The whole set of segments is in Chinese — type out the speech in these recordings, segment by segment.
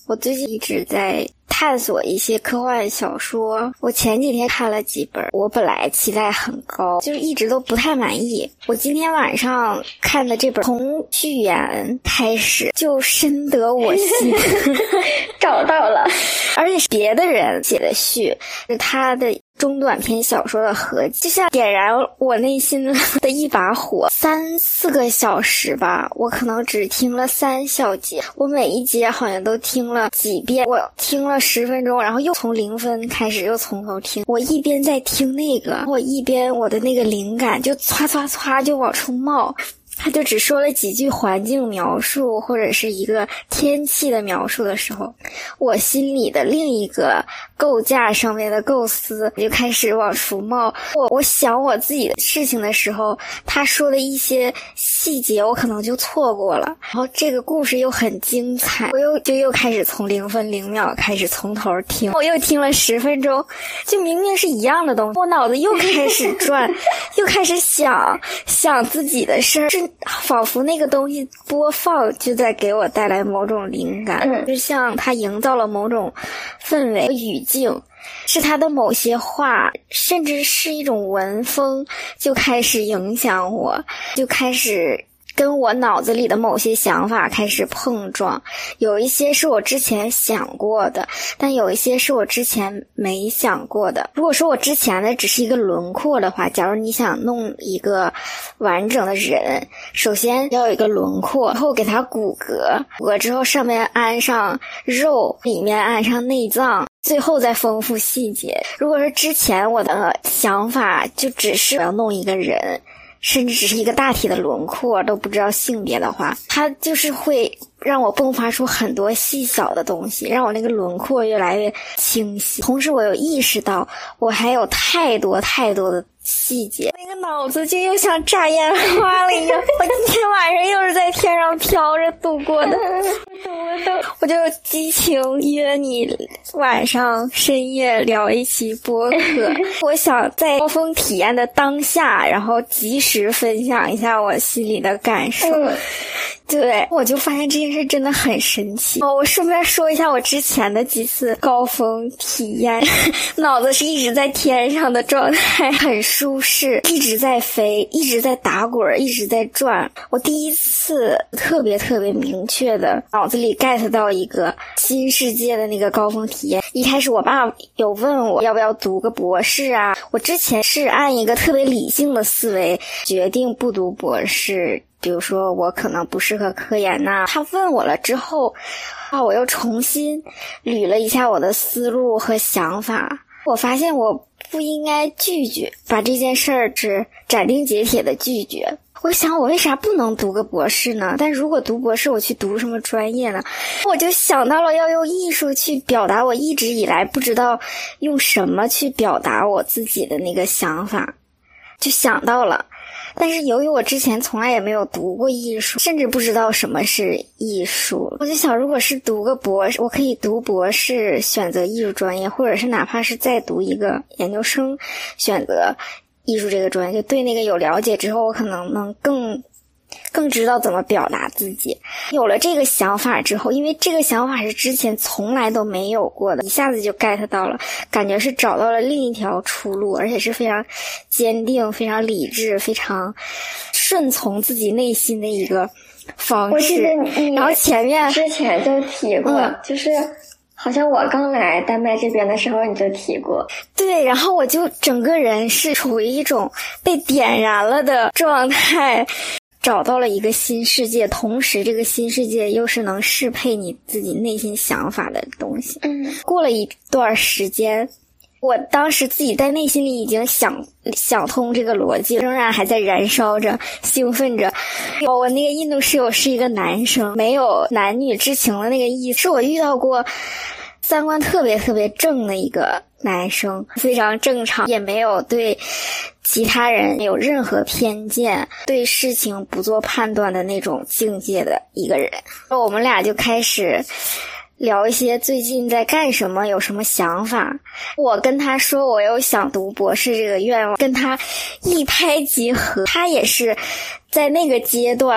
我最近一直在探索一些科幻小说，我前几天看了几本，我本来期待很高，就是一直都不太满意。我今天晚上看的这本从序言开始就深得我心找到了， 而且是别的人写的序，是他的中短篇小说的合集，就像点燃我内心的一把火。3-4个小时吧，我可能只听了3小节，我每一节好像都听了几遍，我听了10分钟，然后又从0分开始，又从头听。我一边在听那个，我一边我的那个灵感就唰唰唰就往出冒。他就只说了几句环境描述或者是一个天气的描述的时候，我心里的另一个构架上面的构思就开始往出冒。我想我自己的事情的时候，他说的一些细节我可能就错过了，然后这个故事又很精彩，我又开始从0分0秒开始从头听，我又听了10分钟，就明明是一样的东西，我脑子又开始转又开始想自己的事儿，仿佛那个东西播放就在给我带来某种灵感，就像它营造了某种氛围语境，是它的某些话甚至是一种文风就开始影响我，就开始跟我脑子里的某些想法开始碰撞，有一些是我之前想过的，但有一些是我之前没想过的。如果说我之前的只是一个轮廓的话，假如你想弄一个完整的人，首先要有一个轮廓，然后给它骨骼之后上面安上肉，里面安上内脏，最后再丰富细节。如果是之前我的想法就只是我要弄一个人，甚至只是一个大体的轮廓，都不知道性别的话，它就是会让我迸发出很多细小的东西，让我那个轮廓越来越清晰。同时我有意识到我还有太多的细节，那个脑子就又像炸烟花了一样。我今天晚上又是在天上飘着度过的我就激情约你晚上深夜聊一期播客我想在高峰体验的当下，然后及时分享一下我心里的感受。对，我就发现这件事真的很神奇。我顺便说一下我之前的几次高峰体验，脑子是一直在天上的状态，很舒适，一直在飞，一直在打滚，一直在转。我第一次特别明确的脑子里 get 到一个新世界的那个高峰体验。一开始我爸有问我要不要读个博士啊，我之前是按一个特别理性的思维决定不读博士，比如说我可能不适合科研呐。他问我了之后我又重新捋了一下我的思路和想法，我发现我不应该拒绝，把这件事儿只斩钉截铁的拒绝。我想我为啥不能读个博士呢？但如果读博士我去读什么专业呢？我就想到了要用艺术去表达我一直以来不知道用什么去表达我自己的那个想法，就想到了。但是由于我之前从来也没有读过艺术，甚至不知道什么是艺术，我就想如果是读个博士，我可以读博士选择艺术专业，或者是哪怕是再读一个研究生选择艺术这个专业，就对那个有了解之后，我可能能更知道怎么表达自己。有了这个想法之后，因为这个想法是之前从来都没有过的，一下子就 get 到了，感觉是找到了另一条出路，而且是非常坚定、非常理智、非常顺从自己内心的一个方式。 我记得你然后前面之前就提过，就是好像我刚来丹麦这边的时候你就提过。 对，然后我就整个人是处于一种被点燃了的状态，找到了一个新世界，同时这个新世界又是能适配你自己内心想法的东西。过了一段时间，我当时自己在内心里已经想通这个逻辑，仍然还在燃烧着，兴奋着。我那个印度室友是一个男生，没有男女之情的那个意思，是我遇到过三观特别正的一个男生，非常正常，也没有对其他人有任何偏见，对事情不做判断的那种境界的一个人。我们俩就开始聊一些最近在干什么，有什么想法。我跟他说我有想读博士这个愿望，跟他一拍即合。他也是在那个阶段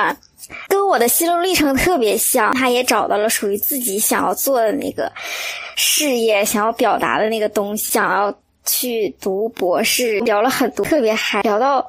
跟我的心路历程特别像，他也找到了属于自己想要做的那个事业，想要表达的那个东西，想要去读博士，聊了很多，特别嗨，聊到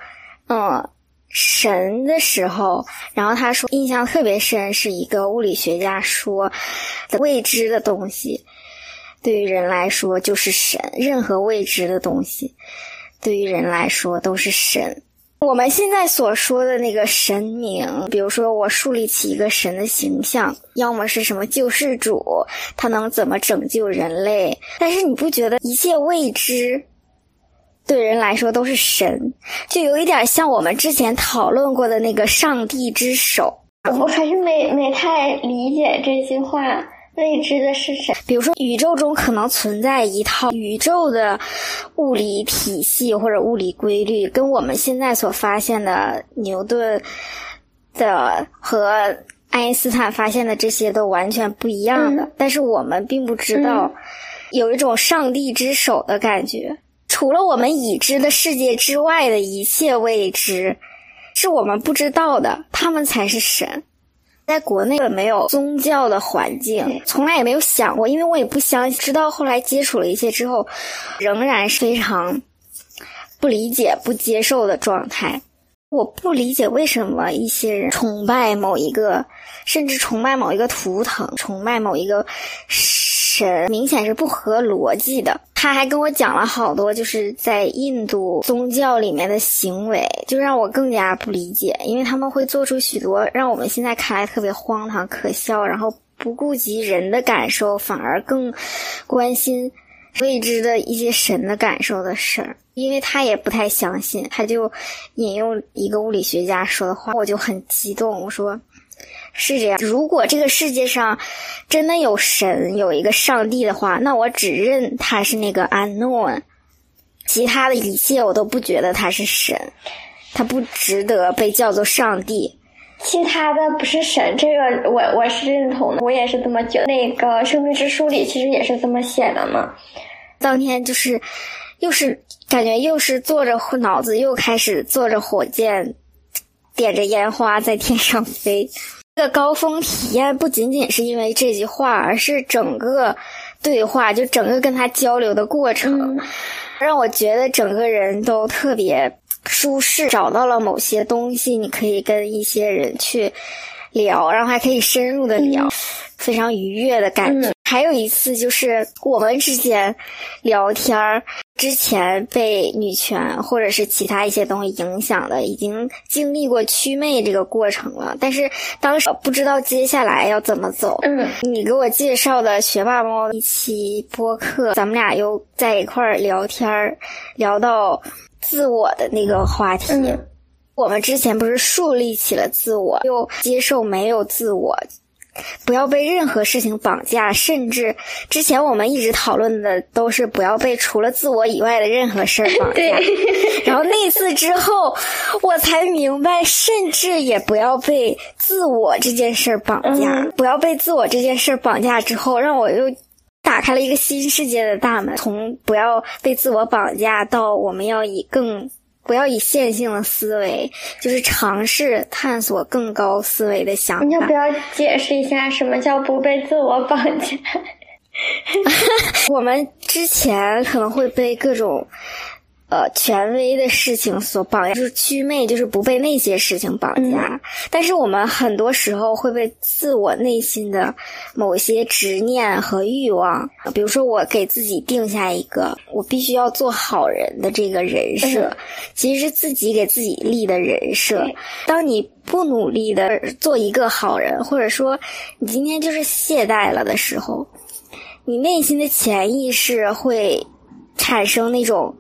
神的时候，然后他说印象特别深，是一个物理学家说的未知的东西对于人来说就是神，任何未知的东西对于人来说都是神。我们现在所说的那个神明，比如说我树立起一个神的形象，要么是什么救世主，他能怎么拯救人类，但是你不觉得一切未知对人来说都是神，就有一点像我们之前讨论过的那个上帝之手。 我还是没太理解这句话，未知的是神。 比如说宇宙中可能存在一套宇宙的物理体系或者物理规律，跟我们现在所发现的牛顿的和爱因斯坦发现的这些都完全不一样的，但是我们并不知道，有一种上帝之手的感觉。除了我们已知的世界之外的一切未知是我们不知道的，他们才是神。在国内没有宗教的环境，从来也没有想过，因为我也不相信，直到后来接触了一些之后，仍然是非常不理解不接受的状态。我不理解为什么一些人崇拜某一个，甚至崇拜某一个图腾，崇拜某一个神，明显是不合逻辑的。他还跟我讲了好多就是在印度宗教里面的行为，就让我更加不理解，因为他们会做出许多让我们现在看来特别荒唐可笑，然后不顾及人的感受，反而更关心未知的一些神的感受的事儿。因为他也不太相信，他就引用一个物理学家说的话，我就很激动，我说是这样，如果这个世界上真的有神，有一个上帝的话，那我只认他是那个 unknown， 其他的一切我都不觉得他是神，他不值得被叫做上帝。 其他的不是神，这个我是认同的，我也是这么觉得。那个《生命之书》里其实也是这么写的嘛。 当天就是又是感觉又是坐着脑子又开始坐着火箭点着烟花在天上飞。这个高峰体验不仅仅是因为这句话，而是整个对话，就整个跟他交流的过程，让我觉得整个人都特别舒适，找到了某些东西你可以跟一些人去聊，然后还可以深入的聊，非常愉悦的感觉。还有一次就是我们之间聊天之前被女权或者是其他一些东西影响的，已经经历过祛魅这个过程了，但是当时不知道接下来要怎么走。你给我介绍的学霸猫一期播客，咱们俩又在一块儿聊天，聊到自我的那个话题。我们之前不是树立起了自我，又接受没有自我，不要被任何事情绑架，甚至之前我们一直讨论的都是不要被除了自我以外的任何事儿绑架。然后那次之后我才明白，甚至也不要被自我这件事儿绑架。不要被自我这件事儿绑架之后，让我又打开了一个新世界的大门，从不要被自我绑架到我们要不要以线性的思维，就是尝试探索更高思维的想法。 你要不要解释一下什么叫不被自我绑架？ 我们之前可能会被各种权威的事情所绑架，就是祛魅，就是不被那些事情绑架。但是我们很多时候会被自我内心的某些执念和欲望，比如说我给自己定下一个我必须要做好人的这个人设，其实是自己给自己立的人设。当你不努力的做一个好人，或者说你今天就是懈怠了的时候，你内心的潜意识会产生那种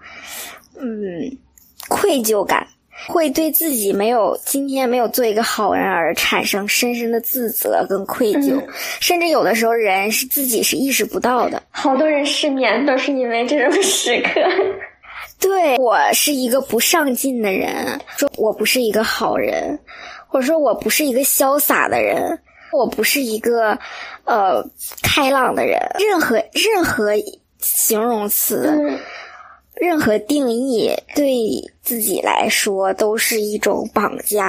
愧疚感，会对自己今天没有做一个好人而产生深深的自责跟愧疚，甚至有的时候人是自己是意识不到的。 好多人失眠都是因为这种时刻。 对，我是一个不上进的人，说我不是一个好人，或者说我不是一个潇洒的人，我不是一个开朗的人，任何形容词任何定义对自己来说都是一种绑架。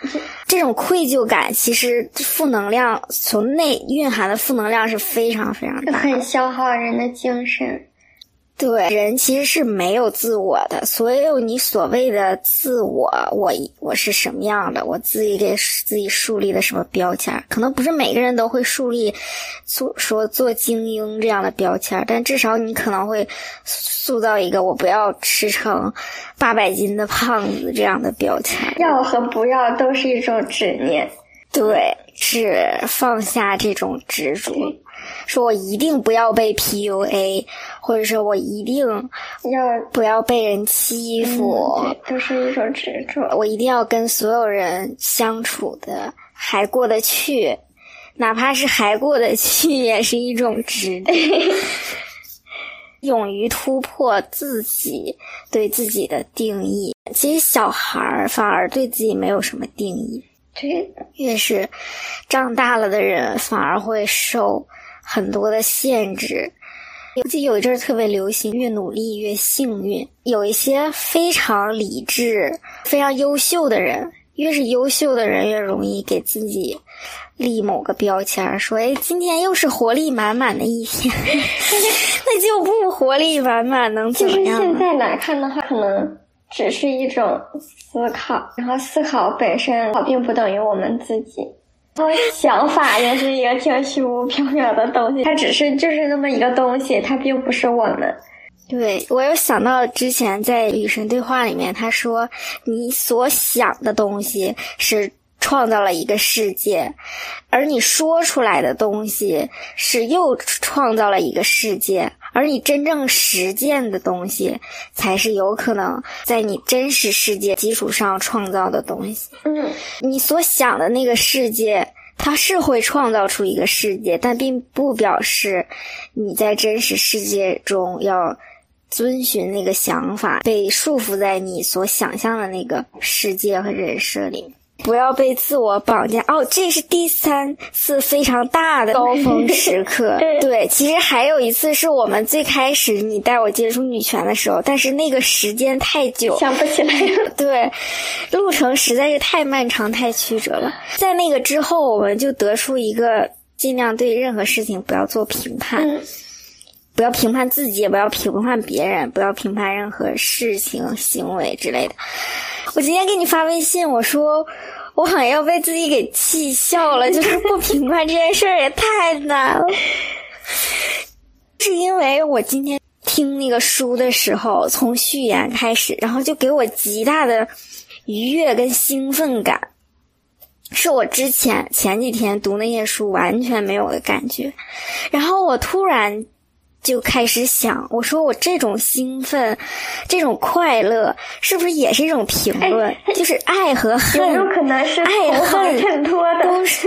这种愧疚感其实负能量从内蕴含的负能量是非常非常大的， 很消耗人的精神。 对，人其实是没有自我的，所有你所谓的自我，我是什么样的，我自己给自己树立的什么标签，可能不是每个人都会树立说做精英这样的标签，但至少你可能会塑造一个我不要吃成800斤的胖子这样的标签。 要和不要都是一种执念。 对，是放下这种执着，说我一定不要被 PUA， 或者说我一定不要被人欺负， 对，都是一种执着。 我一定要跟所有人相处的还过得去，哪怕是还过得去也是一种执着。勇于突破自己对自己的定义，其实小孩反而对自己没有什么定义， 对， 越是长大了的人反而会受很多的限制。尤其有一阵儿特别流行越努力越幸运，有一些非常理智非常优秀的人，越是优秀的人越容易给自己立某个标签，说今天又是活力满满的一天。那就不活力满满能怎么样呢？ 就是现在来看的话，可能只是一种思考，然后思考本身并不等于我们自己，然后想法也是一个挺虚无缥缈的东西，它就是那么一个东西，它并不是我们。 对，我有想到之前在与神对话里面，他说你所想的东西是创造了一个世界，而你说出来的东西是又创造了一个世界，而你真正实践的东西才是有可能在你真实世界基础上创造的东西。你所想的那个世界它是会创造出一个世界，但并不表示你在真实世界中要遵循那个想法，被束缚在你所想象的那个世界和人设里面。不要被自我绑架。这是第3次非常大的高峰时刻。对，其实还有一次是我们最开始你带我接触女权的时候，但是那个时间太久， 想不起来了。 对，路程实在是太漫长太曲折了。在那个之后，我们就得出一个尽量对任何事情不要做评判。不要评判自己，也不要评判别人，不要评判任何事情行为之类的。我今天给你发微信，我说我好像要被自己给气笑了，就是不评判这件事儿也太难了。是因为我今天听那个书的时候，从序言开始，然后就给我极大的愉悦跟兴奋感，是我前几天读那些书完全没有的感觉。然后我突然就开始想，我说我这种兴奋这种快乐是不是也是一种评论，就是爱和恨， 有没有可能是爱恨衬托的都是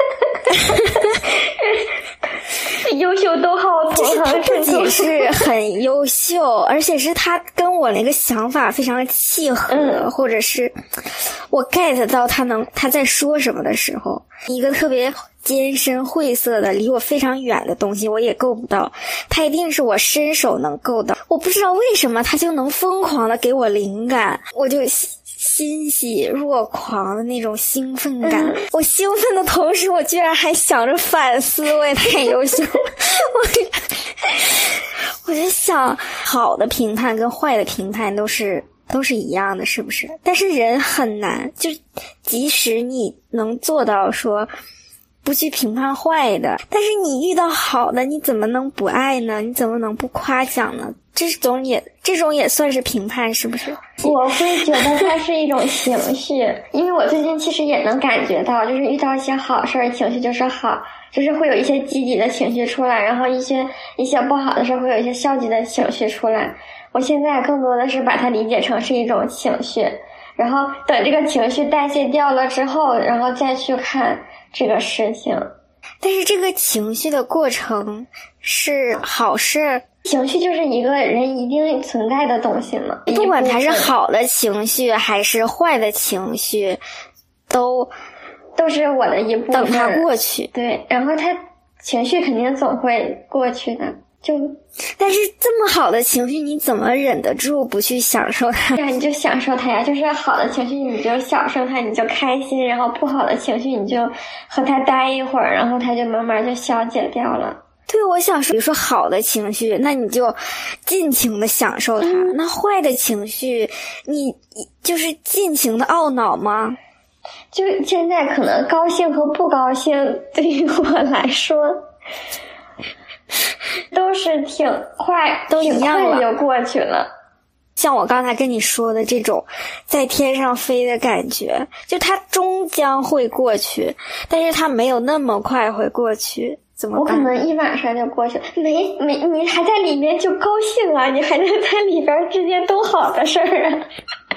优秀都好就是他不仅是很优秀，而且是他跟我那个想法非常契合，或者是我 get 到他在说什么的时候，一个特别艰深晦涩的离我非常远的东西我也够不到，他一定是我伸手能够到。我不知道为什么他就能疯狂的给我灵感，我就欣喜若狂的那种兴奋感。我兴奋的同时，我居然还想着反思，我也太优秀了。我就想，好的评判跟坏的评判都是一样的，是不是？但是人很难，就即使你能做到说不去评判坏的，但是你遇到好的，你怎么能不爱呢？你怎么能不夸奖呢？这种也算是评判，是不是？ 我会觉得它是一种情绪，因为我最近其实也能感觉到，就是遇到一些好事儿，情绪就是好，就是会有一些积极的情绪出来，然后一些不好的事会有一些消极的情绪出来。我现在更多的是把它理解成是一种情绪，然后等这个情绪代谢掉了之后，然后再去看这个事情。 但是这个情绪的过程是好事， 情绪就是一个人一定存在的东西嘛， 不管它是好的情绪还是坏的情绪，都是我的一部分。 等它过去， 对，然后它情绪肯定总会过去的， 但是这么好的情绪，你怎么忍得住不去享受它？ 你就享受它呀，就是好的情绪你就享受它，你就开心，然后不好的情绪你就和它待一会儿，然后它就慢慢就消解掉了。 对，我想说，比如说好的情绪，那你就尽情的享受它。那坏的情绪，你就是尽情的懊恼吗？ 就现在可能高兴和不高兴对于我来说都是挺快， 都一样了， 挺快就过去了。 像我刚才跟你说的这种在天上飞的感觉，就它终将会过去，但是它没有那么快会过去，怎么办？ 我可能一晚上就过去了，你还在里面就高兴啊，你还能在里边之间都好的事儿啊。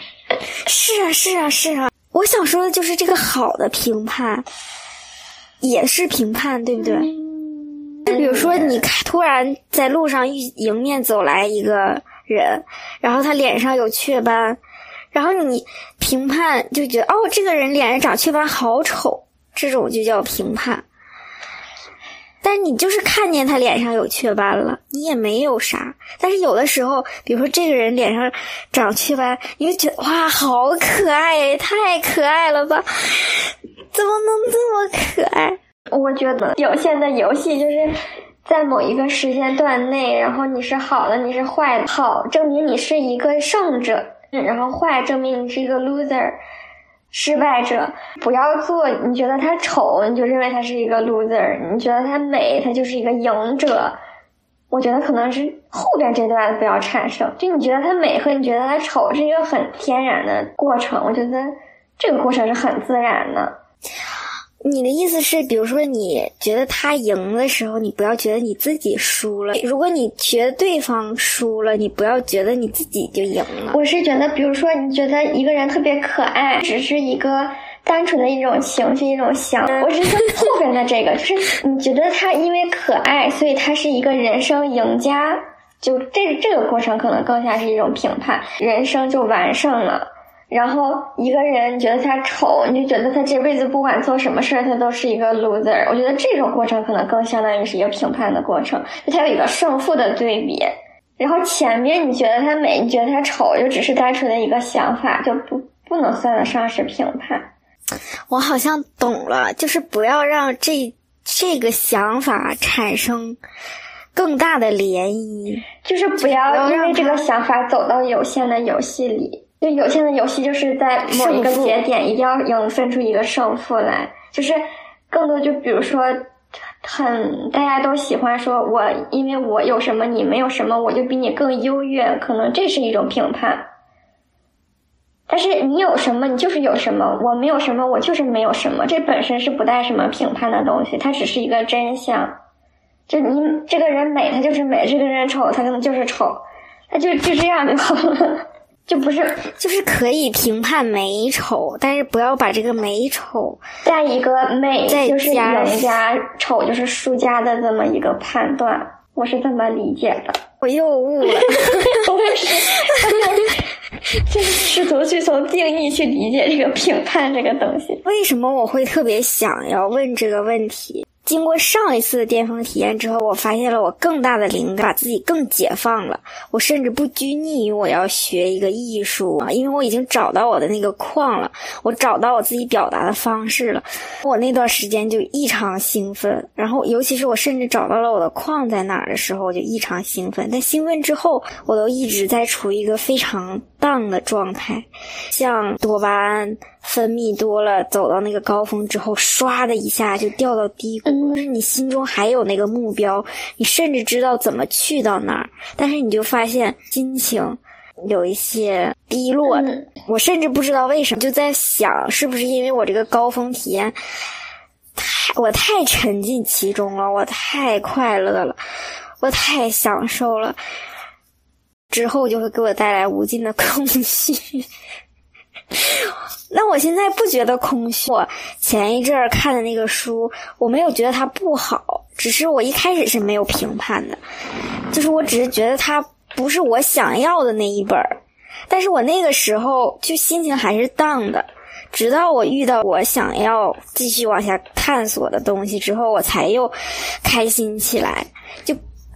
是啊，我想说的就是这个好的评判也是评判，对不对？就比如说你突然在路上迎面走来一个人，然后他脸上有雀斑，然后你评判就觉得这个人脸上长雀斑好丑，这种就叫评判。但是你就是看见他脸上有雀斑了，你也没有啥。但是有的时候，比如说这个人脸上长雀斑，你就觉得哇，好可爱，太可爱了吧，怎么能这么可爱？ 我觉得有限的游戏就是在某一个时间段内，然后你是好的，你是坏的，好证明你是一个胜者，然后坏证明你是一个 loser， 失败者。不要做你觉得他丑你就认为他是一个 loser， 你觉得他美他就是一个赢者。我觉得可能是后边这段不要产生，就你觉得他美和你觉得他丑是一个很天然的过程，我觉得这个过程是很自然的。 你的意思是，比如说你觉得他赢的时候，你不要觉得你自己输了；如果你觉得对方输了，你不要觉得你自己就赢了。 我是觉得，比如说你觉得一个人特别可爱，只是一个单纯的一种情绪，一种想法。我是说后边的这个，就是你觉得他因为可爱，所以他是一个人生赢家，就这个过程可能更像是一种评判，人生就完胜了。然后一个人你觉得他丑，你就觉得他这辈子不管做什么事他都是一个 loser。 我觉得这种过程可能更相当于是一个评判的过程，就它有一个胜负的对比。然后前面你觉得他美，你觉得他丑，就只是单纯的一个想法，就不能算得上是评判。 我好像懂了，就是不要让这个想法产生更大的涟漪， 就是不要因为这个想法走到有限的游戏里。就有限的游戏就是在某一个节点一定要赢分出一个胜负来，就是更多就比如说大家都喜欢说因为我有什么你没有什么，我就比你更优越，可能这是一种评判。但是你有什么你就是有什么，我没有什么我就是没有什么，这本身是不带什么评判的东西，它只是一个真相。就你这个人美他就是美，这个人丑他可能就是丑，他就这样就好了。就不是， 就是可以评判美丑，但是不要把这个美丑加一个美就是赢家，丑就是输家的这么一个判断，我是这么理解的。 我又悟了， 我也是，就是试图去从定义去理解这个评判这个东西。 为什么我会特别想要问这个问题？经过上一次的巅峰体验之后，我发现了我更大的灵感，把自己更解放了。我甚至不拘泥于我要学一个艺术，因为我已经找到我的那个框了，我找到我自己表达的方式了。我那段时间就异常兴奋，然后尤其是我甚至找到了我的框在哪儿的时候，我就异常兴奋。但兴奋之后，我都一直在处于一个非常荡的状态，像多巴胺分泌多了，走到那个高峰之后，唰的一下就掉到低谷。就是你心中还有那个目标，你甚至知道怎么去到那儿，但是你就发现心情有一些低落的。我甚至不知道为什么，就在想是不是因为我这个高峰体验我太沉浸其中了，我太快乐了，我太享受了，之后就会给我带来无尽的空虚。那我现在不觉得空虚，我前一阵儿看的那个书，我没有觉得它不好，只是我一开始是没有评判的，就是我只是觉得它不是我想要的那一本，但是我那个时候就心情还是荡的，直到我遇到我想要继续往下探索的东西之后，我才又开心起来。就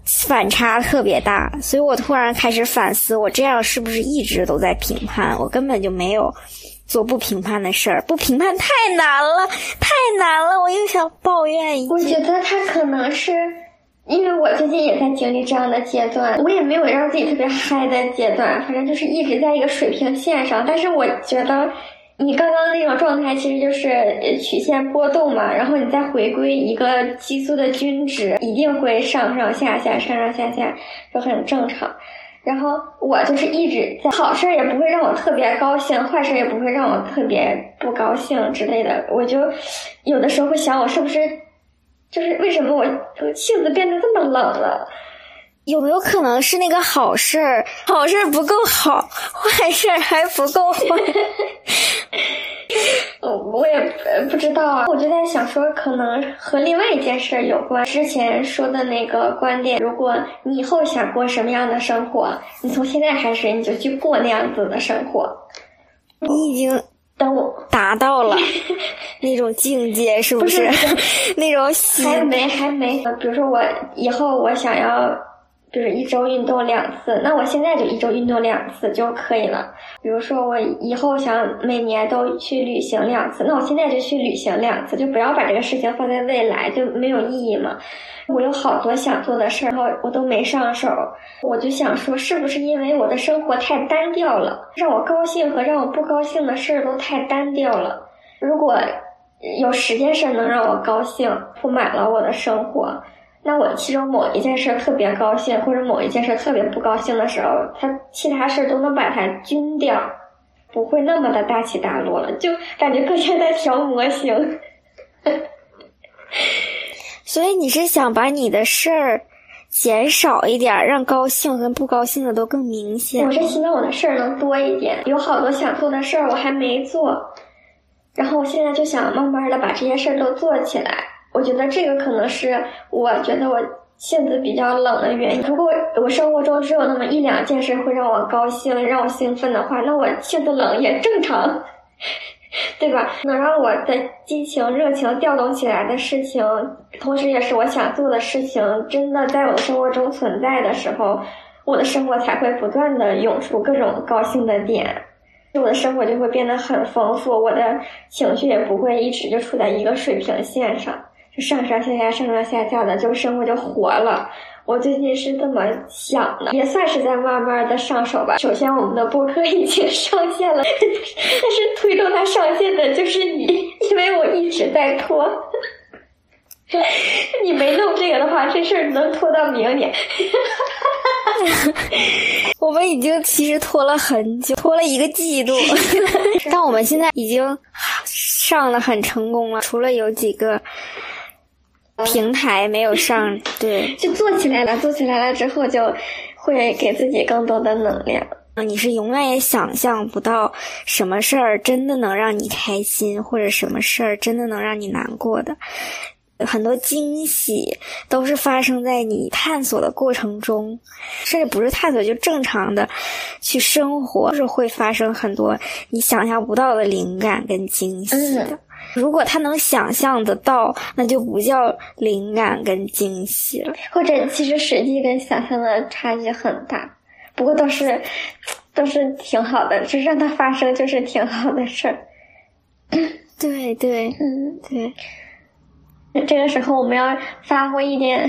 反差特别大，所以我突然开始反思，我这样是不是一直都在评判，我根本就没有做不评判的事儿。不评判太难了，太难了，我又想抱怨一句。 我觉得他可能是因为我最近也在经历这样的阶段，我也没有让自己特别嗨的阶段，反正就是一直在一个水平线上。但是我觉得你刚刚那种状态其实就是曲线波动嘛，然后你再回归一个激素的均值，一定会上上下下上上下下，就很正常。然后我就是一直在好事也不会让我特别高兴，坏事也不会让我特别不高兴之类的。我就有的时候会想，我是不是就是为什么我性子变得这么冷了？ 有没有可能是那个好事儿不够好，坏事儿还不够坏？ 我也不知道啊，我就在想说，可能和另外一件事有关。之前说的那个观点，如果你以后想过什么样的生活，你从现在开始你就去过那样子的生活。 你已经等我达到了那种境界，是不是？那种还没。比如说我以后我想要就是1周运动2次，那我现在就1周运动2次就可以了。比如说我以后想每年都去旅行2次，那我现在就去旅行2次，就不要把这个事情放在未来，就没有意义嘛。我有好多想做的事儿，然后我都没上手，我就想说是不是因为我的生活太单调了，让我高兴和让我不高兴的事儿都太单调了。如果有10件事能让我高兴，铺满了我的生活，那我其中某一件事特别高兴，或者某一件事特别不高兴的时候，它其他事都能把它均掉，不会那么的大起大落了，就感觉更像在调模型。 所以你是想把你的事儿减少一点，让高兴和不高兴的都更明显？ 我是希望我的事儿能多一点，有好多想做的事儿我还没做，然后我现在就想慢慢的把这些事儿都做起来。我觉得这个可能是我觉得我性子比较冷的原因。如果我生活中只有那么1-2件事会让我高兴让我兴奋的话，那我性子冷也正常，对吧？能让我的激情热情调动起来的事情，同时也是我想做的事情，真的在我的生活中存在的时候，我的生活才会不断的涌出各种高兴的点，我的生活就会变得很丰富，我的情绪也不会一直就处在一个水平线上，就上上下下上上下下的，就生活就活了。我最近是这么想的，也算是在慢慢的上手吧。首先我们的播客已经上线了，但是推动它上线的就是你，因为我一直在拖。你没弄这个的话，这事儿能拖到明年。 我们已经其实拖了很久，拖了1个季度，但我们现在已经上了很成功了，除了有几个平台没有上，对， 就做起来了之后就会给自己更多的能量。 你是永远也想象不到什么事儿真的能让你开心，或者什么事儿真的能让你难过的。很多惊喜都是发生在你探索的过程中，甚至不是探索，就正常的去生活，就是会发生很多你想象不到的灵感跟惊喜的。如果他能想象得到，那就不叫灵感跟惊喜了， 或者其实实际跟想象的差距很大，不过都是挺好的，就是让它发生就是挺好的事儿。 对对，对。 这个时候我们要发挥一点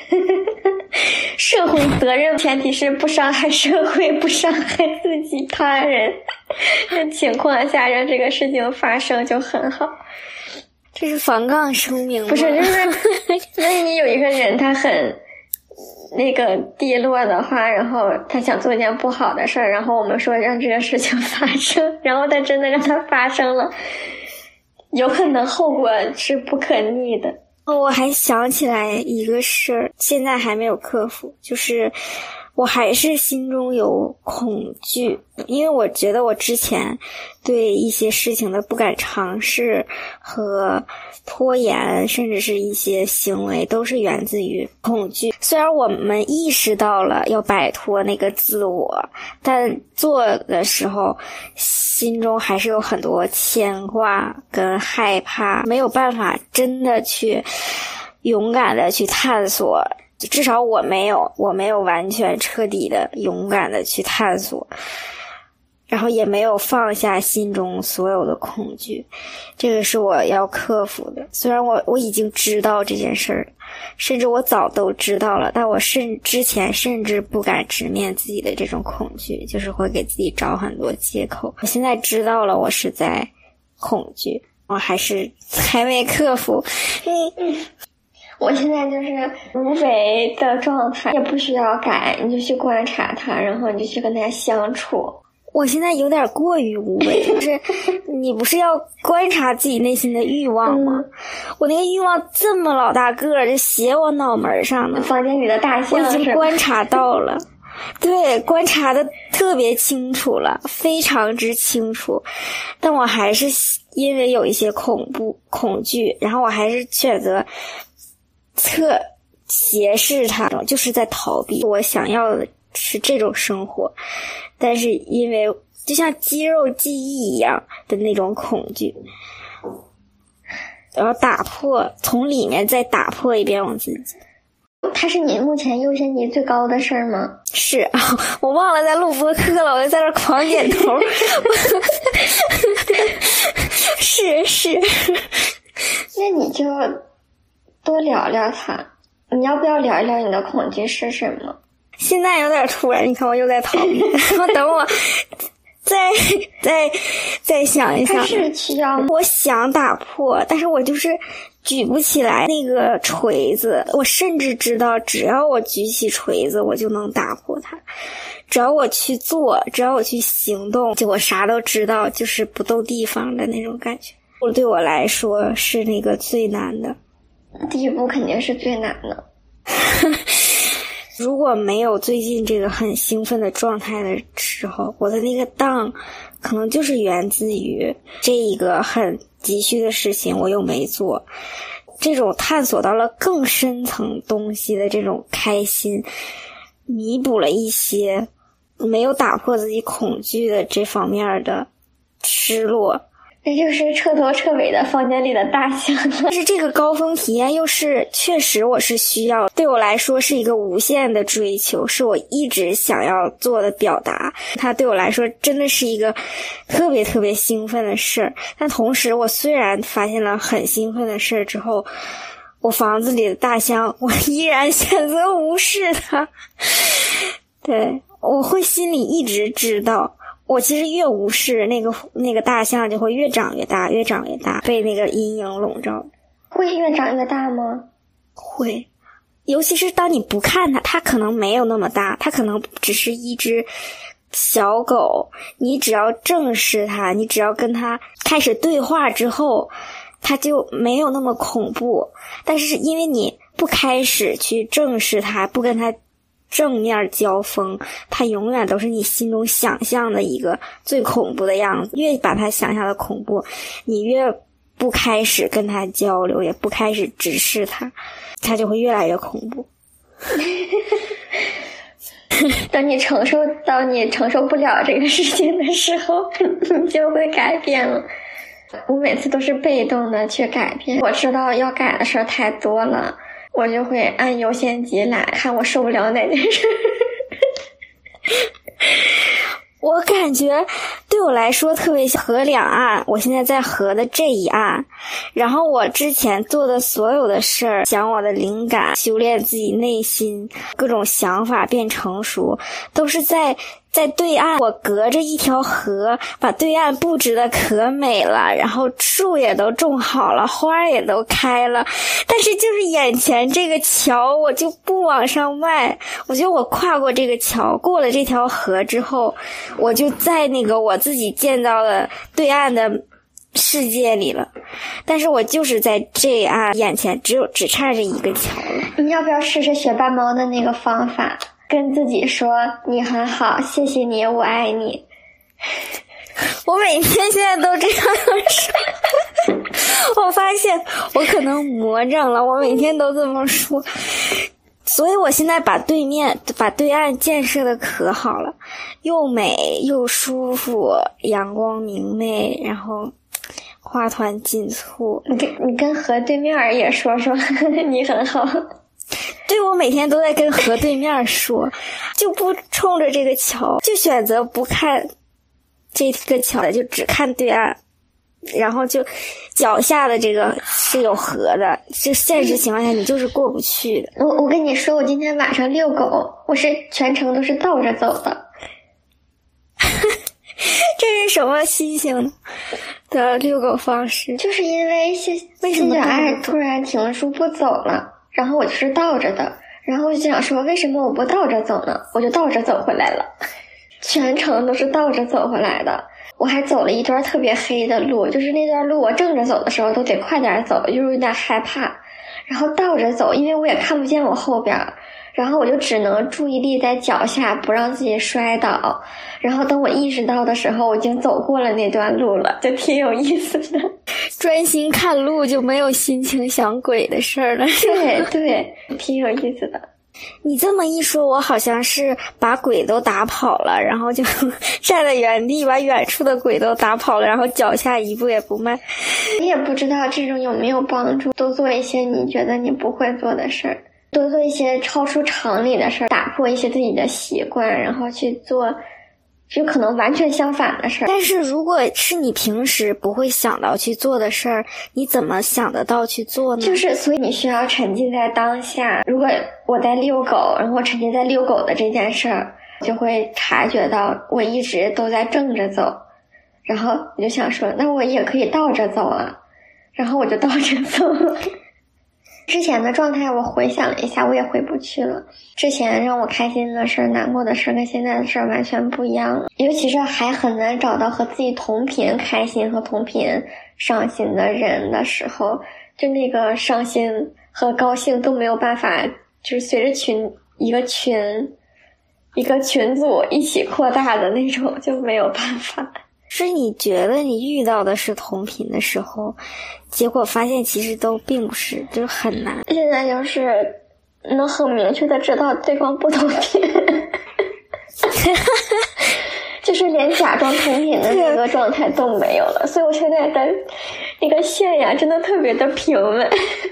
社会责任，前提是不伤害社会，不伤害自己他人的情况下，让这个事情发生就很好。 这是防杠声明吗？ 不是，就是那你有一个人他很那个低落的话，然后他想做一件不好的事儿，然后我们说让这个事情发生，然后他真的让它发生了，有可能后果是不可逆的。 我还想起来一个事儿，现在还没有克服，就是我还是心中有恐惧，因为我觉得我之前对一些事情的不敢尝试和拖延，甚至是一些行为都是源自于恐惧。虽然我们意识到了要摆脱那个自我，但做的时候心中还是有很多牵挂跟害怕，没有办法真的去勇敢的去探索， 至少我没有完全彻底的勇敢的去探索，然后也没有放下心中所有的恐惧，这个是我要克服的。虽然我已经知道这件事儿，甚至我早都知道了，但我之前甚至不敢直面自己的这种恐惧，就是会给自己找很多借口。我现在知道了我是在恐惧，我还没克服。 我现在就是无为的状态，也不需要改，你就去观察它，然后你就去跟它相处。 我现在有点过于无为，就是你不是要观察自己内心的欲望吗？我那个欲望这么老大个儿，就斜我脑门上呢。 房间里的大象， 我已经观察到了，对，观察的特别清楚了，非常之清楚。但我还是因为有一些恐惧，然后我还是选择斜视它，就是在逃避。我想要的是这种生活，但是因为就像肌肉记忆一样的那种恐惧，然后从里面再打破一遍我自己。 它是你目前优先级最高的事儿吗？ 是啊，我忘了在录播课了，我就在这狂点头。是， 那你就多聊聊它。你要不要聊一聊你的恐惧是什么？ 现在有点突然，你看我又在逃避，然后等我再想一想。 它是需要， 我想打破，但是我就是举不起来那个锤子。我甚至知道，只要我举起锤子，我就能打破它。只要我去做，只要我去行动，就我啥都知道，就是不斗地方的那种感觉。对我来说是那个最难的。 第一步肯定是最难的。 如果没有最近这个很兴奋的状态的时候，我的那个档可能就是源自于这一个很急需的事情我又没做，这种探索到了更深层东西的这种开心，弥补了一些没有打破自己恐惧的这方面的失落。 这就是彻头彻尾的房间里的大象。 但是这个高峰体验又是确实我是需要，对我来说是一个无限的追求，是我一直想要做的表达。它对我来说真的是一个特别特别兴奋的事儿。但同时我虽然发现了很兴奋的事儿之后，我房子里的大象我依然选择无视它。对，我会心里一直知道，我其实越无视那个大象就会越长越大，越长越大，被那个阴影笼罩。 会越长越大吗？ 会，尤其是当你不看它可能没有那么大，它可能只是一只小狗，你只要正视它，你只要跟它开始对话之后，它就没有那么恐怖。但是因为你不开始去正视它，不跟它正面交锋，它永远都是你心中想象的一个最恐怖的样子。越把它想象的恐怖，你越不开始跟它交流，也不开始直视它，它就会越来越恐怖。 等你承受不了这个事情的时候，你就会改变了。我每次都是被动的去改变，我知道要改的事儿太多了，我就会按优先级来看我受不了哪件事。 我感觉对我来说特别河两岸，我现在在河的这一岸，然后我之前做的所有的事儿，想我的灵感，修炼自己内心，各种想法变成熟，都是在对岸。我隔着一条河，把对岸布置的可美了，然后树也都种好了，花也都开了，但是就是眼前这个桥我就不往上迈。我觉得我跨过这个桥，过了这条河之后，我就在那个我自己建造的对岸的世界里了，但是我就是在这岸眼前只差这一个桥了。 你要不要试试学霸猫的那个方法，跟自己说你很好，谢谢你，我爱你。 我每天现在都这样说。我发现我可能魔怔了，我每天都这么说。所以我现在把对岸建设的可好了，又美又舒服，阳光明媚，然后花团锦簇。 你跟河对面也说说你很好。 对， 对，我每天都在跟河对面说，就不冲着这个桥，就选择不看这个桥的，就只看对岸。然后就脚下的这个是有河的，就现实情况下你就是过不去的。 我跟你说，我今天晚上遛狗，我是全程都是倒着走的。 这是什么新型的遛狗方式？ 就是因为新小爱突然停住不走了，然后我就是倒着的，然后我就想说，为什么我不倒着走呢？我就倒着走回来了，全程都是倒着走回来的。我还走了一段特别黑的路，就是那段路我正着走的时候都得快点走，就是有点害怕。然后倒着走，因为我也看不见我后边，然后我就只能注意力在脚下，不让自己摔倒。然后等我意识到的时候，我已经走过了那段路了，就挺有意思的。 专心看路就没有心情想鬼的事儿了。 对对，挺有意思的。 你这么一说，我好像是把鬼都打跑了，然后就站在原地把远处的鬼都打跑了，然后脚下一步也不迈。 你也不知道这种有没有帮助，多做一些你觉得你不会做的事儿，多做一些超出常理的事儿，打破一些自己的习惯，然后去做就可能完全相反的事儿。 但是如果是你平时不会想到去做的事儿，你怎么想得到去做呢？ 就是所以你需要沉浸在当下。如果我在遛狗，然后沉浸在遛狗的这件事儿，就会察觉到我一直都在正着走，然后我就想说，那我也可以倒着走啊，然后我就倒着走了。之前的状态我回想了一下，我也回不去了。之前让我开心的事、难过的事跟现在的事完全不一样了，尤其是还很难找到和自己同频开心和同频伤心的人的时候，就那个伤心和高兴都没有办法，就是随着一个群组一起扩大的那种，就没有办法。 是你觉得你遇到的是同频的时候，结果发现其实都并不是，就是很难。 现在就是能很明确的知道对方不同频，就是连假装同频的那个状态都没有了，所以我现在的那个线呀真的特别的平稳。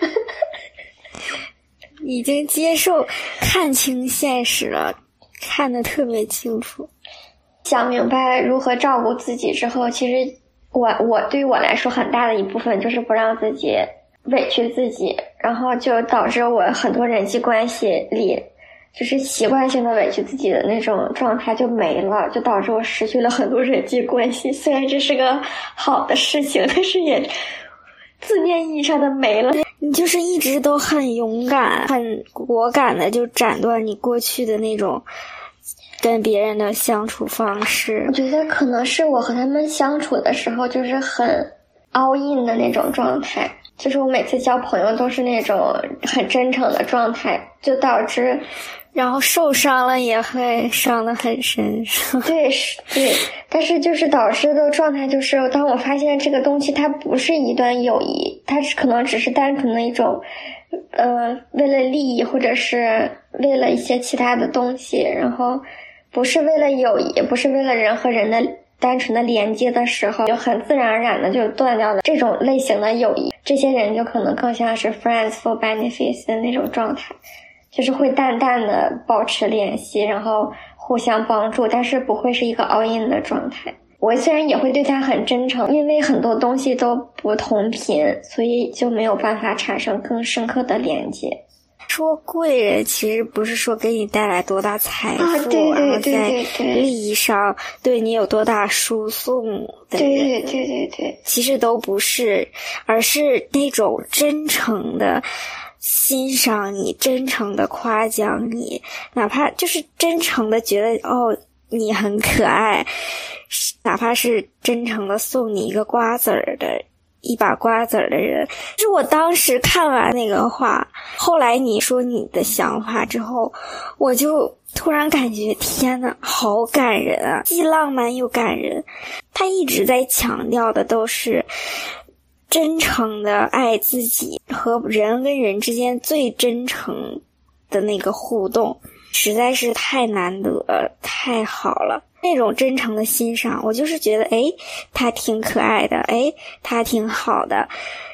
已经接受看清现实了，看得特别清楚。 想明白如何照顾自己之后，其实我对于我来说很大的一部分就是不让自己委屈自己，然后就导致我很多人际关系里就是习惯性的委屈自己的那种状态就没了，就导致我失去了很多人际关系。虽然这是个好的事情，但是也字面意义上的没了。 你就是一直都很勇敢很果敢的就斩断你过去的那种跟别人的相处方式。 我觉得可能是我和他们相处的时候就是很 all in 的那种状态，就是我每次交朋友都是那种很真诚的状态，就导致然后受伤了也会伤得很深。 对，但是就是导致的状态就是当我发现这个东西它不是一段友谊，它可能只是单纯的一种为了利益或者是为了一些其他的东西，然后不是为了友谊，不是为了人和人的单纯的连接的时候，就很自然而然的就断掉了这种类型的友谊。这些人就可能更像是 friends for benefits 的那种状态，就是会淡淡的保持联系，然后互相帮助，但是不会是一个 all in 的状态。我虽然也会对他很真诚，因为很多东西都不同频，所以就没有办法产生更深刻的连接。 说贵人其实不是说给你带来多大财富， 对， 然后在利益上对你有多大输送的人， 对， 其实都不是，而是那种真诚的欣赏你，真诚的夸奖你，哪怕就是真诚的觉得你很可爱，哪怕是真诚的送你一把瓜子儿的人。是我当时看完那个话，后来你说你的想法之后，我就突然感觉天哪，好感人啊，既浪漫又感人。他一直在强调的都是真诚的爱自己和人跟人之间最真诚的那个互动，实在是太难得太好了。那种真诚的欣赏，我就是觉得他挺可爱的，他挺好的，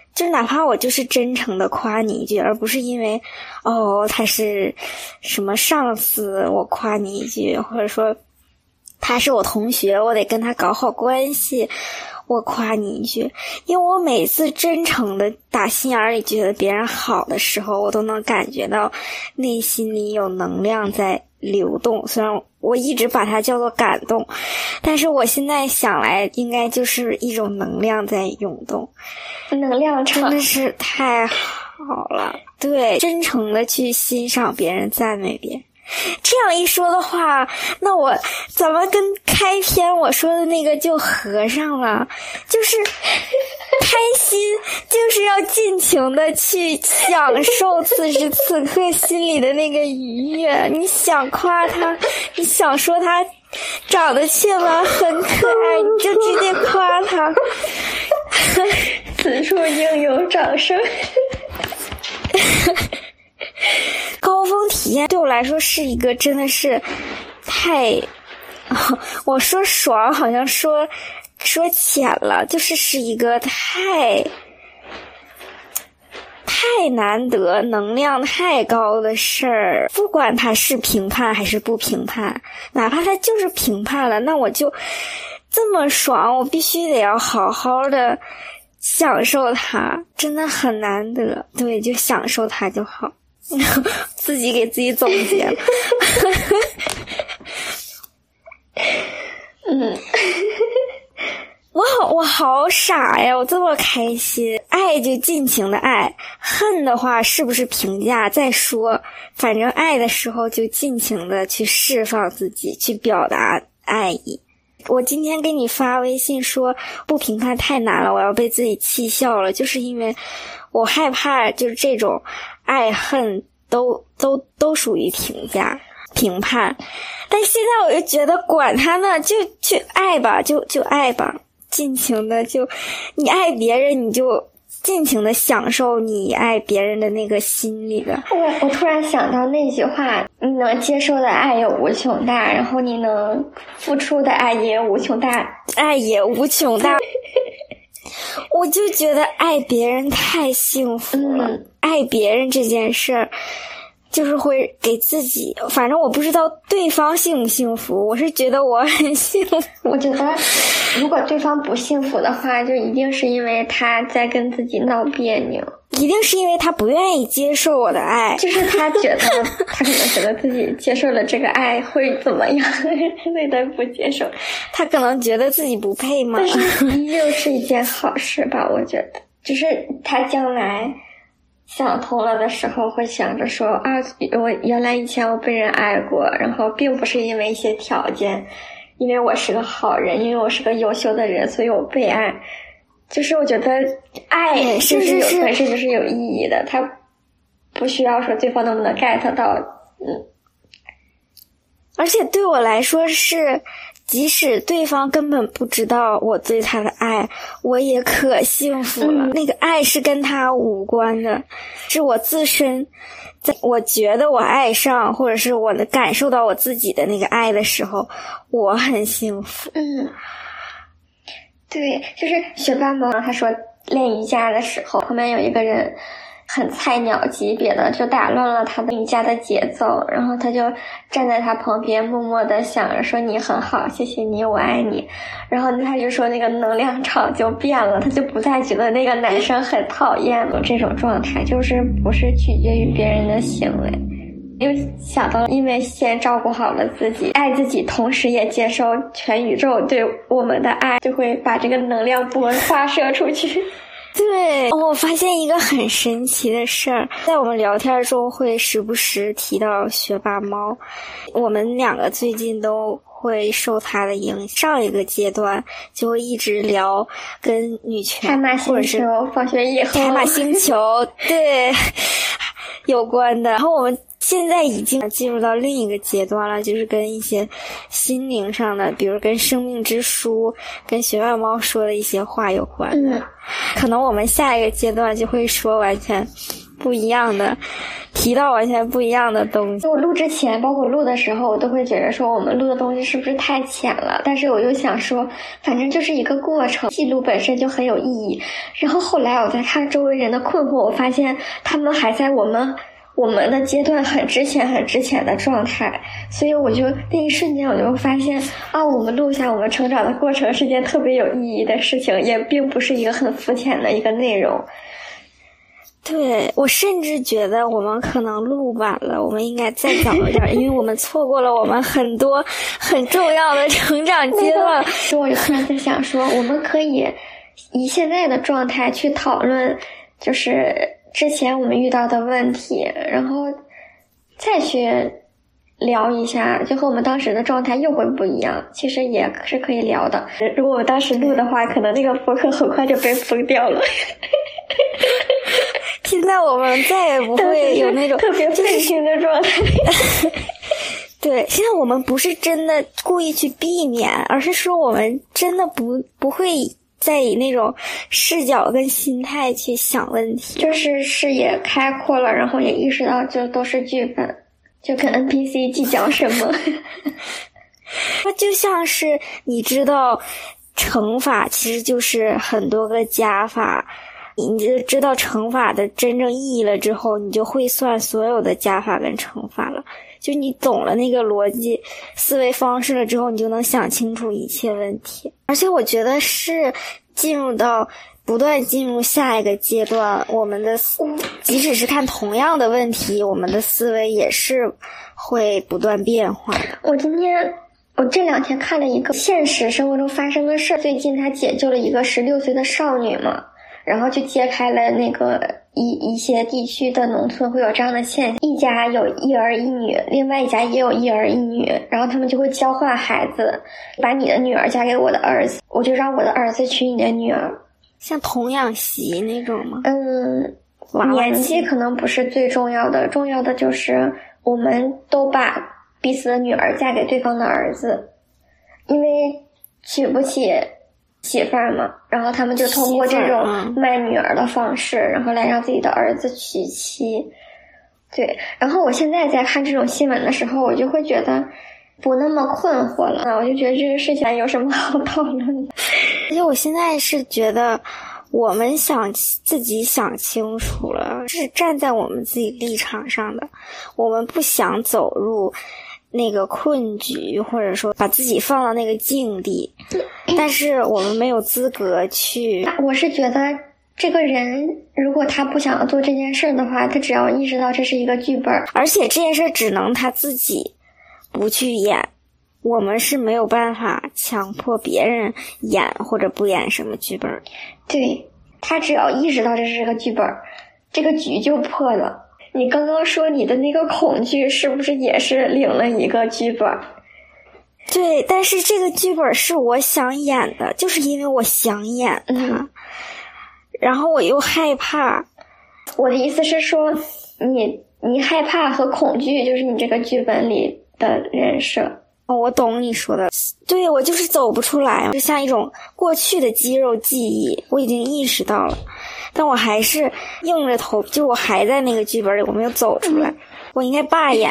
就哪怕我就是真诚的夸你一句，而不是因为他是什么上司我夸你一句，或者说他是我同学我得跟他搞好关系我夸你一句。因为我每次真诚的打心眼里觉得别人好的时候，我都能感觉到内心里有能量在流动，虽然我一直把它叫做感动，但是我现在想来应该就是一种能量在涌动， 能量场真的是太好了。对，真诚的去欣赏别人，赞美别人。这样一说的话，那我怎么跟开篇我说的那个就合上了？就是开心就是要尽情的去享受此时此刻心里的那个愉悦。你想夸他，你想说他长得雀斑很可爱，你就直接夸他。 此处应有掌声。 高峰体验对我来说是一个真的是太，我说爽好像说浅了，是一个太难得能量太高的事儿。不管它是评判还是不评判，哪怕它就是评判了，那我就这么爽，我必须得要好好的享受它，真的很难得。对，就享受它就好。自己给自己总结了。我好傻呀，我这么开心。爱就尽情的爱，恨的话是不是评价再说，反正爱的时候就尽情的去释放自己，去表达爱意。我今天给你发微信说不评判太难了，我要被自己气笑了，就是因为我害怕就是这种爱恨都属于评判。但现在我就觉得管他呢，就去爱吧，就爱吧，尽情的你爱别人，你就尽情的享受你爱别人的那个心里的。 我突然想到那句话，你能接受的爱有无穷大，然后你能付出的爱也有无穷大， 爱也无穷大。我就觉得爱别人太幸福了，爱别人这件事儿就是会给自己，反正我不知道对方幸不幸福，我是觉得我很幸福。 我觉得如果对方不幸福的话，就一定是因为他在跟自己闹别扭， 一定是因为他不愿意接受我的爱， 就是他觉得他可能觉得自己接受了这个爱会怎么样，所以他不接受， 他可能觉得自己不配嘛。 但是依旧是一件好事吧，我觉得只是他将来想通了的时候会想着说我原来以前我被人爱过，然后并不是因为一些条件，因为我是个好人，因为我是个优秀的人，所以我被爱。就是我觉得爱就是本身就是有意义的，它不需要说对方能不能 get 到。 而且对我来说是，即使对方根本不知道我对他的爱，我也可幸福了。那个爱是跟他无关的，是我自身，在我觉得我爱上，或者是我能感受到我自己的那个爱的时候，我很幸福。 对，就是学霸萌他说练瑜伽的时候，旁边有一个人很菜鸟级别的，就打乱了他的瑜伽的节奏，然后他就站在他旁边默默的想着说你很好，谢谢你，我爱你。然后他就说那个能量场就变了，他就不再觉得那个男生很讨厌了。这种状态就是不是取决于别人的行为。又想到因为先照顾好了自己，爱自己，同时也接受全宇宙对我们的爱，就会把这个能量波发射出去。 对，我发现一个很神奇的事儿，在我们聊天中会时不时提到学霸猫，我们两个最近都会受他的影响。上一个阶段就会一直聊跟女权或者是放学以后开马星球对有关的，然后我们现在已经进入到另一个阶段了，就是跟一些心灵上的，比如跟生命之书跟学霸猫说的一些话有关的。可能我们下一个阶段就会说完全不一样的，提到完全不一样的东西。 我录之前包括录的时候，我都会觉得说我们录的东西是不是太浅了，但是我又想说反正就是一个过程，记录本身就很有意义。然后后来我在看周围人的困惑，我发现他们还在我们的阶段很之前的状态，所以我就那一瞬间我就发现啊，我们录下我们成长的过程是件特别有意义的事情，也并不是一个很肤浅的一个内容。 对，我甚至觉得我们可能录晚了，我们应该再早一点，因为我们错过了我们很多很重要的成长阶段。 所以我就突然在想说，我们可以以现在的状态去讨论，就是之前我们遇到的问题，然后再去聊一下，就和我们当时的状态又会不一样，其实也是可以聊的。如果我当时录的话，可能那个博客很快就被封掉了。 现在我们再也不会有那种特别愤青的状态。 对，现在我们不是真的故意去避免，而是说我们真的不会再以那种视角跟心态去想问题， 就是视野开阔了，然后也意识到就都是剧本，就跟 NPC 计较什么。 它就像是你知道乘法其实就是很多个加法，你就知道乘法的真正意义了之后，你就会算所有的加法跟乘法了。就你懂了那个逻辑思维方式了之后，你就能想清楚一切问题。而且我觉得是不断进入下一个阶段，我们的即使是看同样的问题，我们的思维也是会不断变化的。 我这两天看了一个现实生活中发生的事，最近他解救了一个16岁的少女嘛，然后就揭开了那个一些地区的农村会有这样的现象，一家有一儿一女，另外一家也有一儿一女，然后他们就会交换孩子，把你的女儿嫁给我的儿子，我就让我的儿子娶你的女儿， 像童养媳那种吗？ 年纪可能不是最重要的，重要的就是我们都把彼此的女儿嫁给对方的儿子，因为娶不起媳妇儿嘛，然后他们就通过这种卖女儿的方式，然后来让自己的儿子娶妻。对，然后我现在在看这种新闻的时候，我就会觉得不那么困惑了，我就觉得这个事情有什么好讨论的。 而且我现在是觉得我们自己想清楚了，是站在我们自己立场上的，我们不想走入那个困局，或者说把自己放到那个境地，但是我们没有资格去。 我是觉得这个人如果他不想要做这件事的话，他只要意识到这是一个剧本， 而且这件事只能他自己不去演，我们是没有办法强迫别人演或者不演什么剧本。 对，他只要意识到这是个剧本，这个局就破了。你刚刚说你的那个恐惧是不是也是领了一个剧本？ 对，但是这个剧本是我想演的，就是因为我想演它，然后我又害怕。 我的意思是说，你害怕和恐惧就是你这个剧本里的人设。 我懂你说的，对，我就是走不出来，就像一种过去的肌肉记忆，我已经意识到了，但我还是硬着头，就我还在那个剧本里，我没有走出来。我应该罢演，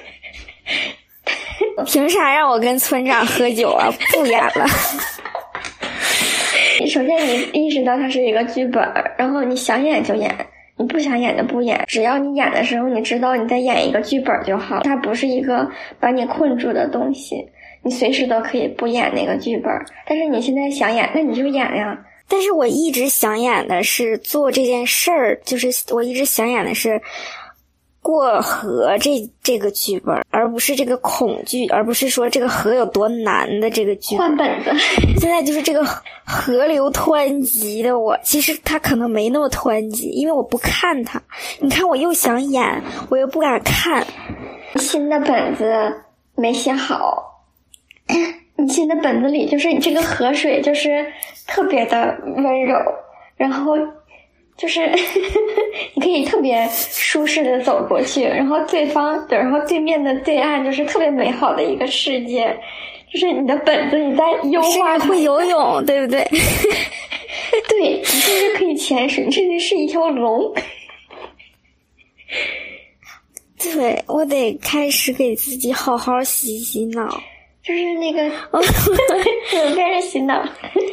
凭啥让我跟村长喝酒啊？不演了。 首先你意识到它是一个剧本，然后你想演就演，你不想演就不演，只要你演的时候你知道你在演一个剧本就好，它不是一个把你困住的东西，你随时都可以不演那个剧本，但是你现在想演，那你就演呀。 但是我一直想演的是做这件事儿，就是我一直想演的是过河这个剧本，而不是这个恐惧，而不是说这个河有多难的这个剧本。 换本子。 现在就是这个河流湍急的我，其实它可能没那么湍急，因为我不看它。你看我又想演，我又不敢看。 新的本子没写好，你新的本子里就是你这个河水就是特别的温柔，然后就是你可以特别舒适的走过去，然后对面的对岸就是特别美好的一个世界，就是你的本子你在优化， 会游泳，对不对？ 对，你甚至可以潜水，甚至是一条龙。 对，我得开始给自己好好洗洗脑。 就是那个怎么变成洗脑？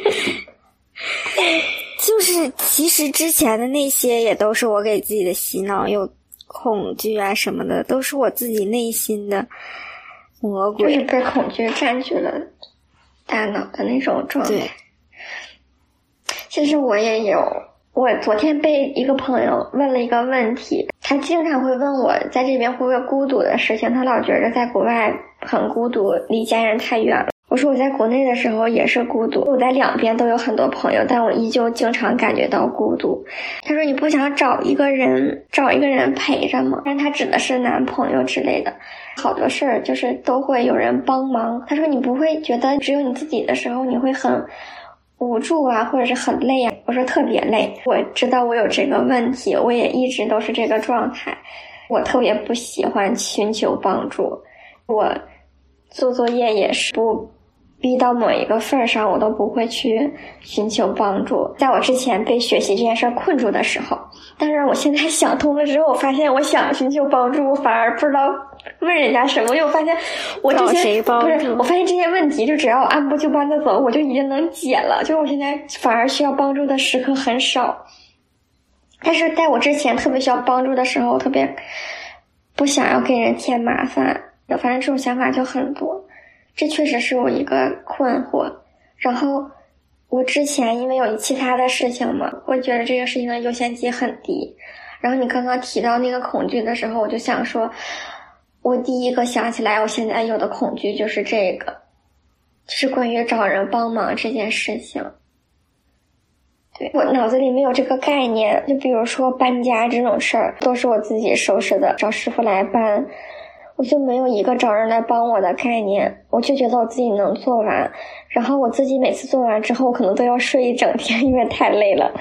就是其实之前的那些也都是我给自己的洗脑，有恐惧啊什么的，都是我自己内心的魔鬼， 就是被恐惧占据了大脑的那种状态。 对， 其实我也有，我昨天被一个朋友问了一个问题，他经常会问我在这边会不会孤独的事情，他老觉得在国外很孤独，离家人太远了。我说我在国内的时候也是孤独，我在两边都有很多朋友，但我依旧经常感觉到孤独。他说你不想找一个人陪着吗？但他指的是男朋友之类的，好多事儿就是都会有人帮忙。他说你不会觉得只有你自己的时候你会很无助啊，或者是很累啊？我说特别累，我知道我有这个问题，我也一直都是这个状态。我特别不喜欢寻求帮助，我做作业也是不逼到某一个份儿上，我都不会去寻求帮助。在我之前被学习这件事儿困住的时候，但是我现在想通了之后，我发现我想寻求帮助，我反而不知道问人家什么，因为我发现我这些找谁帮助？ 不是，我发现这些问题就只要按部就班的走，我就已经能解了。就是我现在反而需要帮助的时刻很少，但是在我之前特别需要帮助的时候，我特别不想要给人添麻烦，反正这种想法就很多。这确实是我一个困惑。然后我之前因为有其他的事情嘛，我觉得这个事情的优先级很低。然后你刚刚提到那个恐惧的时候，我就想说，我第一个想起来我现在有的恐惧就是这个，就是关于找人帮忙这件事情。对，我脑子里没有这个概念，就比如说搬家这种事儿都是我自己收拾的，找师傅来搬，我就没有一个找人来帮我的概念，我就觉得我自己能做完，然后我自己每次做完之后可能都要睡一整天，因为太累了。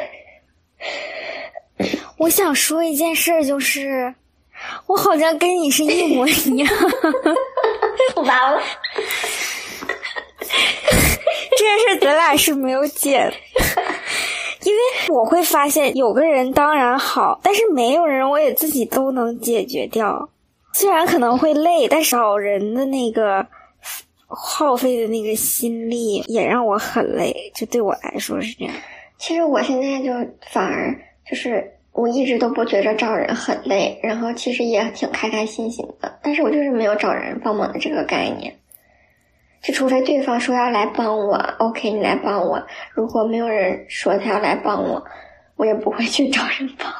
我想说一件事，就是我好像跟你是一模一样。 完了， 这件事咱俩是没有解的。因为我会发现有个人当然好，但是没有人我也自己都能解决掉。虽然可能会累，但少人的那个耗费的那个心力也让我很累，就对我来说是这样。 其实我现在就反而就是我一直都不觉着找人很累，然后其实也挺开开心心的，但是我就是没有找人帮忙的这个概念。就除非对方说要来帮我 OK 你来帮我，如果没有人说他要来帮我，我也不会去找人帮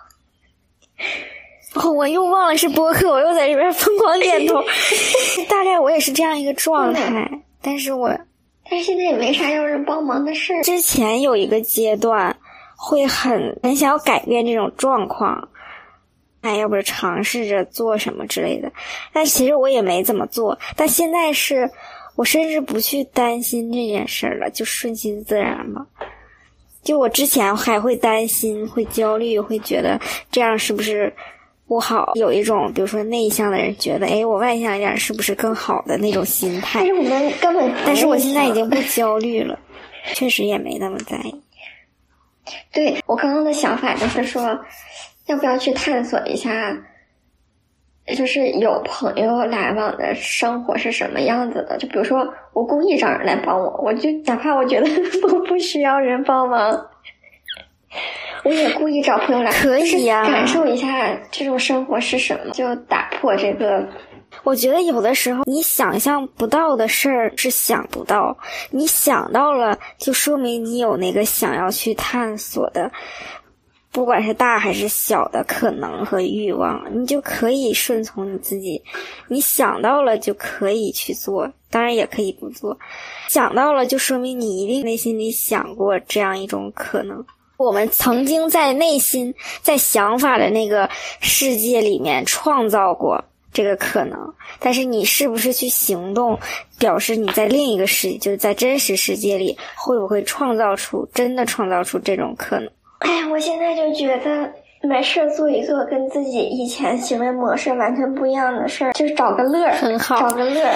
我。 哦，我又忘了是播客，我又在这边疯狂点头。大概我也是这样一个状态，但是现在也没啥要人帮忙的事。 之前有一个阶段会很想要改变这种状况，要不是尝试着做什么之类的，但其实我也没怎么做。但现在是我甚至不去担心这件事了，就顺其自然吧。就我之前还会担心，会焦虑，会觉得这样是不是不好，有一种比如说内向的人觉得我外向一点是不是更好的那种心态。 但是我们根本但是我现在已经不焦虑了，确实也没那么在意。 对，我刚刚的想法就是说，要不要去探索一下，就是有朋友来往的生活是什么样子的。就比如说我故意找人来帮我，我就哪怕我觉得我不需要人帮忙，我也故意找朋友来， 可以呀， 感受一下这种生活是什么，就打破这个。 我觉得有的时候你想象不到的事儿是想不到，你想到了就说明你有那个想要去探索的，不管是大还是小的可能和欲望，你就可以顺从你自己。你想到了就可以去做，当然也可以不做。想到了就说明你一定内心里想过这样一种可能。我们曾经在内心在想法的那个世界里面创造过这个可能，但是你是不是去行动，表示你在另一个世界，就是在真实世界里会不会真的创造出这种可能。 我现在就觉得没事做一做跟自己以前行为模式完全不一样的事儿，就是找个乐儿， 很好， 找个乐儿。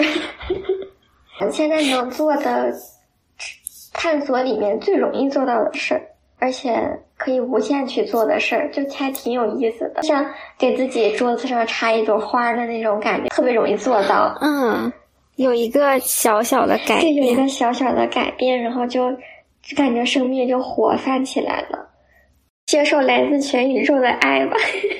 现在能做的探索里面最容易做到的事儿， 而且可以无限去做的事儿，就还挺有意思的。像给自己桌子上插一朵花的那种感觉，特别容易做到。 有一个小小的改变， 对，有一个小小的改变，然后就感觉生命就活泛起来了。接受来自全宇宙的爱吧。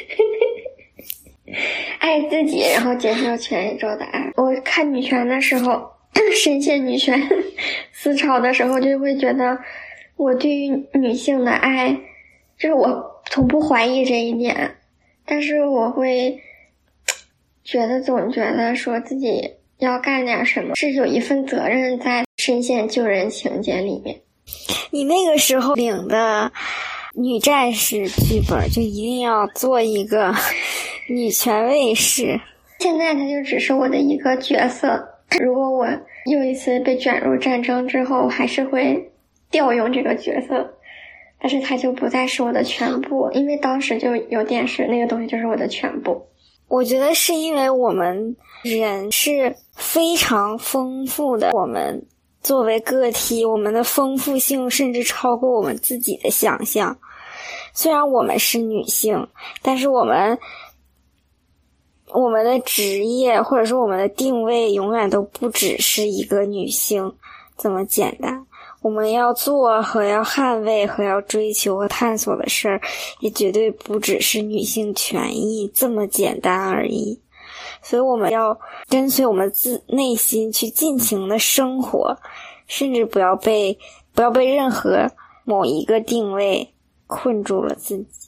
爱自己，然后接受全宇宙的爱。我看女权的时候，深陷女权思潮的时候，就会觉得我对于女性的爱，就是我从不怀疑这一点，但是我会总觉得说自己要干点什么，是有一份责任在深陷救人情节里面。 你那个时候领的女战士剧本就一定要做一个女权卫士， 现在它就只是我的一个角色。如果我又一次被卷入战争之后，我还是会调用这个角色，但是它就不再是我的全部，因为当时就有点是那个东西就是我的全部。 我觉得是因为我们人是非常丰富的，我们作为个体，我们的丰富性甚至超过我们自己的想象。虽然我们是女性，但是我们的职业或者说我们的定位永远都不只是一个女性这么简单。我们要做和要捍卫和要追求和探索的事儿，也绝对不只是女性权益这么简单而已。所以我们要跟随我们内心去尽情的生活，甚至不要被任何某一个定位困住了自己。